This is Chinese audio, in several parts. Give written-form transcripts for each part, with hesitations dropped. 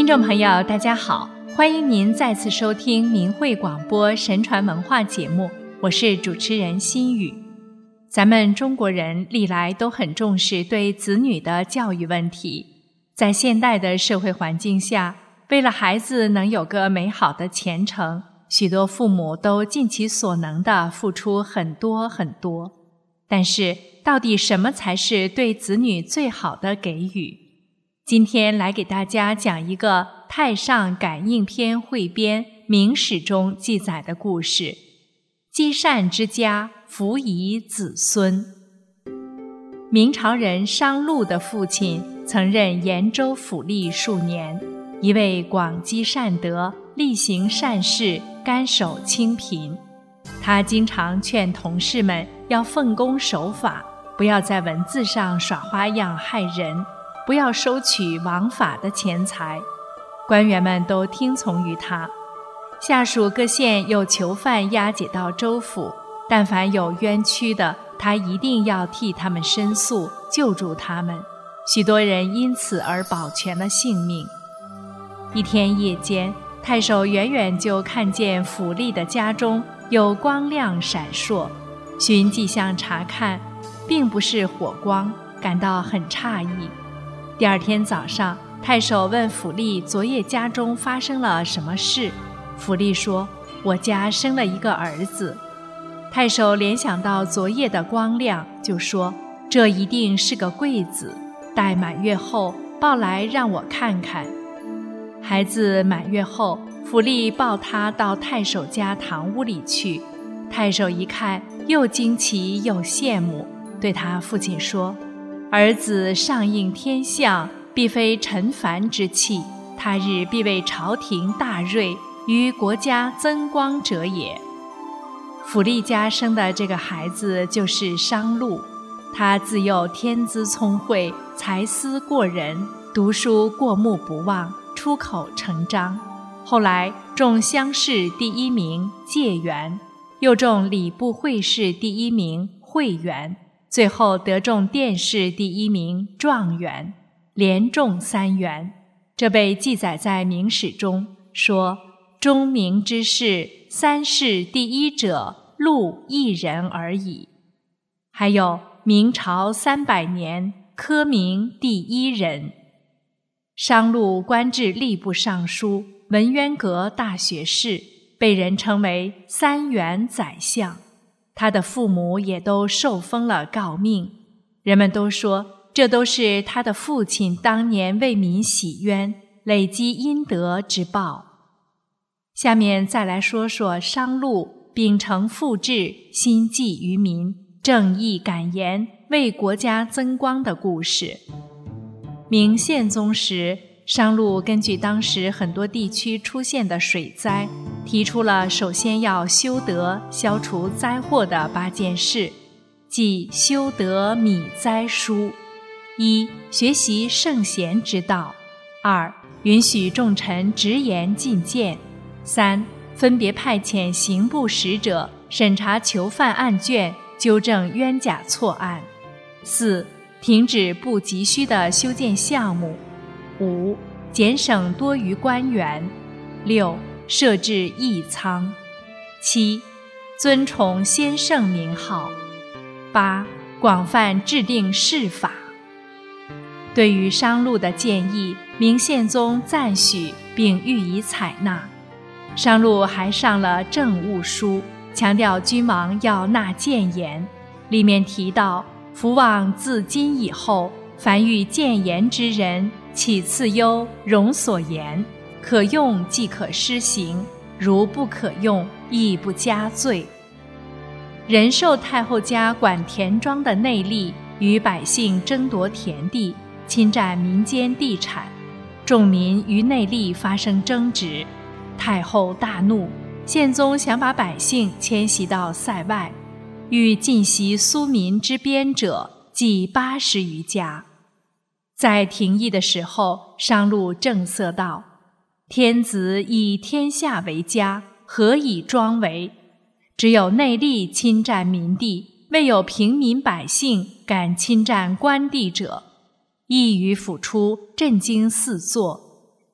众朋友大家好，欢迎您再次收听明慧广播神传文化节目，我是主持人心雨。咱们中国人历来都很重视对子女的教育问题，在现代的社会环境下，为了孩子能有个美好的前程，许多父母都尽其所能地付出很多很多。但是到底什么才是对子女最好的给予？今天来给大家讲一个《太上感应篇》汇编明史中记载的故事：积善之家，福以子孙。明朝人商禄的父亲曾任延州府吏数年，一位广积善德、力行善事、甘守清贫。他经常劝同事们要奉公守法，不要在文字上耍花样害人，不要收取枉法的钱财。官员们都听从于他。下属各县有囚犯押解到州府，但凡有冤屈的，他一定要替他们申诉，救助他们。许多人因此而保全了性命。一天夜间，太守远远就看见府吏的家中有光亮闪烁，循迹象查看，并不是火光，感到很诧异。第二天早上，太守问府吏昨夜家中发生了什么事。府吏说：我家生了一个儿子。太守联想到昨夜的光亮，就说：这一定是个贵子，待满月后抱来让我看看。孩子满月后，府吏抱他到太守家堂屋里去。太守一看，又惊奇又羡慕，对他父亲说：儿子上应天相，必非尘凡之气，他日必为朝廷大瑞，于国家增光者也。府吏家生的这个孩子就是商禄，他自幼天资聪慧，才思过人，读书过目不忘，出口成章。后来中乡试第一名解元，又中礼部会试第一名会元，最后得中殿试第一名状元，连中3元。这被记载在明史中，说中明之士3试第一者，禄一人而已。还有明朝300年科名第一人。商禄官至吏部尚书、文渊阁大学士，被人称为3元宰相。他的父母也都受封了诰命，人们都说这都是他的父亲当年为民洗冤，累积阴德之报。下面再来说说商禄秉承父志，心济于民，正义敢言，为国家增光的故事。明宪宗时，商禄根据当时很多地区出现的水灾，提出了首先要修德消除灾祸的8件事，即修德米灾书：一、学习圣贤之道；二、允许重臣直言进谏；三、分别派遣刑部使者审查囚犯案卷，纠正冤假错案；四、停止不急需的修建项目；五、减省多余官员；六、设置义仓；七、尊崇先圣名号；八、广泛制定释法。对于商禄的建议，明宪宗赞许并予以采纳。商禄还上了政务书，强调君王要纳谏言，里面提到：福望自今以后，凡遇谏言之人，岂次忧容所言，可用即可施行，如不可用，亦不加罪。仁寿太后家管田庄的内力，与百姓争夺田地，侵占民间地产，众民与内力发生争执。太后大怒，宪宗想把百姓迁徙到塞外，欲尽袭苏民之边者，计80余家。在廷议的时候，商禄正色道：天子以天下为家，何以庄为？只有内力侵占民地，未有平民百姓敢侵占官地者。一语抚出，震惊四座。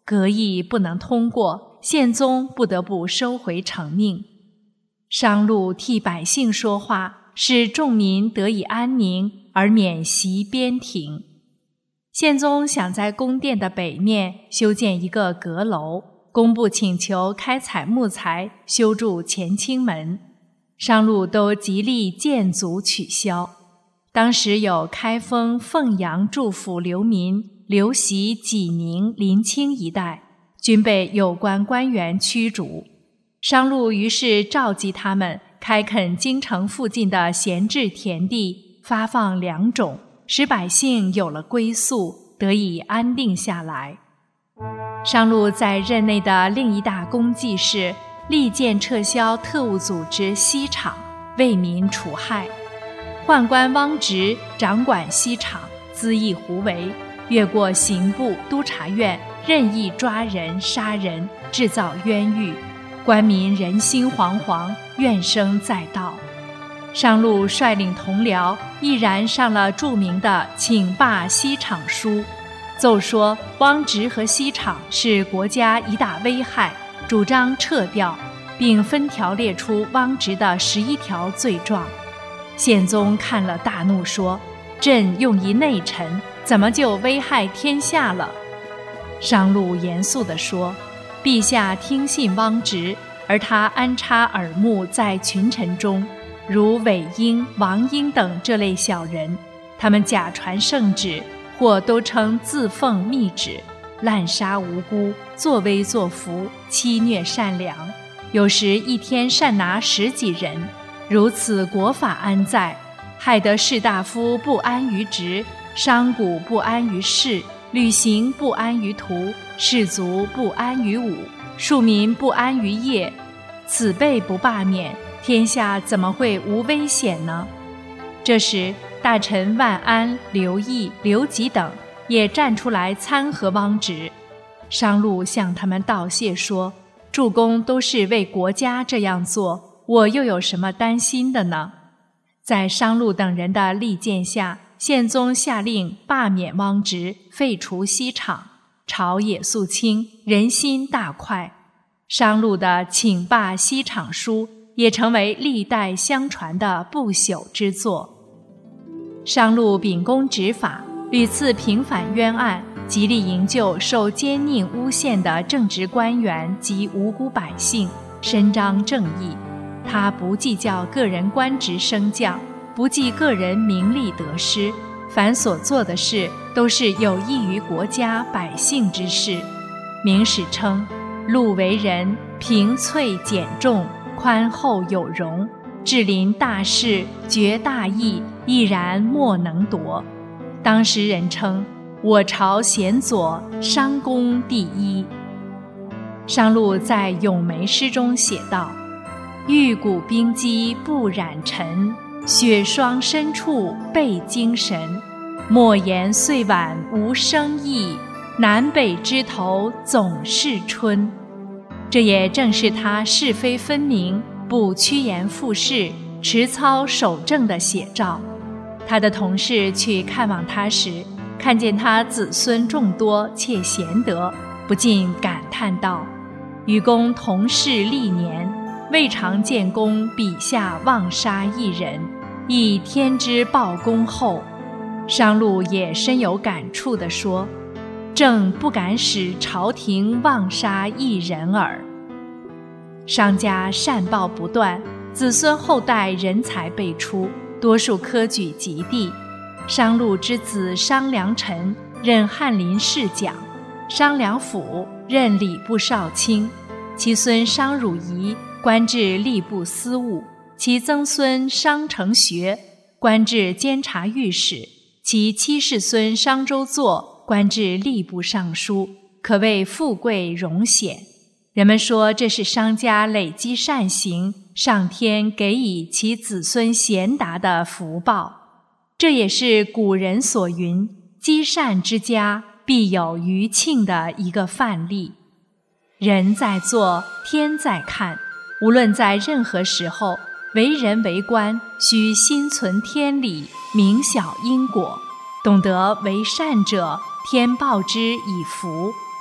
革议不能通过，宪宗不得不收回成命。商路替百姓说话，使众民得以安宁，而免袭边庭。宪宗想在宫殿的北面修建一个阁楼，工部请求开采木材修筑乾清门，商路都极力谏阻取消。当时有开封、凤阳驻府流民流袭济宁、临清一带，均被有关官员驱逐。商路于是召集他们开垦京城附近的闲置田地，发放粮种，使百姓有了归宿，得以安定下来。商路在任内的另一大功绩是力荐撤销特务组织西厂，为民除害。宦官汪直掌管西厂，恣意胡为，越过刑部、督察院，任意抓人、杀人，制造冤狱，官民人心惶惶，怨声载道。商路率领同僚毅然上了著名的请罢西厂书，奏说汪直和西厂是国家一大危害，主张撤掉，并分条列出汪直的11条罪状。宪宗看了大怒，说：朕用一内臣，怎么就危害天下了？商路严肃地说：陛下听信汪直，而他安插耳目在群臣中，如韦婴、王英等这类小人，他们假传圣旨，或都称自奉密旨，滥杀无辜，作威作福，欺虐善良，有时一天擅拿10几人，如此国法安在？害得士大夫不安于职，商贾不安于事，旅行不安于途，士卒不安于武，庶民不安于业。此辈不罢免，天下怎么会无危险呢？这时大臣万安、刘毅、刘吉等也站出来参合汪直。商路向他们道谢说：助公都是为国家这样做，我又有什么担心的呢？在商路等人的力荐下，宪宗下令罢免汪直，废除西厂，朝野肃清，人心大快。商路的请罢西厂书也成为历代相传的不朽之作。商路秉公执法，屡次平反冤案，极力营救受奸佞诬陷的正直官员及无辜百姓，伸张正义。他不计较个人官职升降，不计个人名利得失，凡所做的事都是有益于国家百姓之事。明史称：路为人，平粹简重，宽厚有容，治临大事，决大义，亦然莫能夺。当时人称：我朝贤左，商公第一。商路在《咏梅》诗中写道：玉骨冰肌不染尘，雪霜深处备精神。莫言岁晚无生意，南北枝头总是春。这也正是他是非分明，不趋炎附势，持操守正的写照。他的同事去看望他时，看见他子孙众多且贤德，不禁感叹道：与公同事历年，未尝见公笔下妄杀一人，亦天之报公厚。商路也深有感触地说：朕不敢使朝廷妄杀一人耳。商家善报不断，子孙后代人才辈出，多数科举及第。商路之子商良臣任翰林侍讲，商良辅任礼部少卿，其孙商汝仪官至吏部司务，其曾孙商承学官至监察御史，其七世孙商周作官至吏部尚书，可谓富贵荣显。人们说这是商家累积善行，上天给予其子孙贤达的福报。这也是古人所云：积善之家必有余庆的一个范例。人在做，天在看，无论在任何时候，为人为官须心存天理，明晓因果，懂得为善者天报之以福，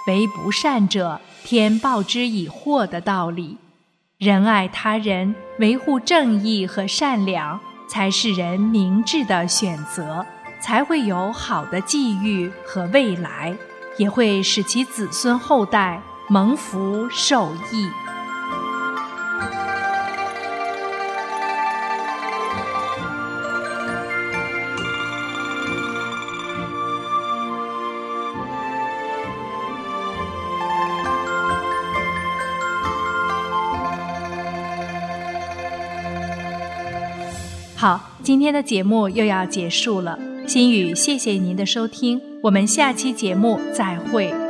为不善者，天报之以祸的道理。仁爱他人，维护正义和善良，才是人明智的选择，才会有好的际遇和未来，也会使其子孙后代蒙福受益。好，今天的节目又要结束了，心语谢谢您的收听，我们下期节目再会。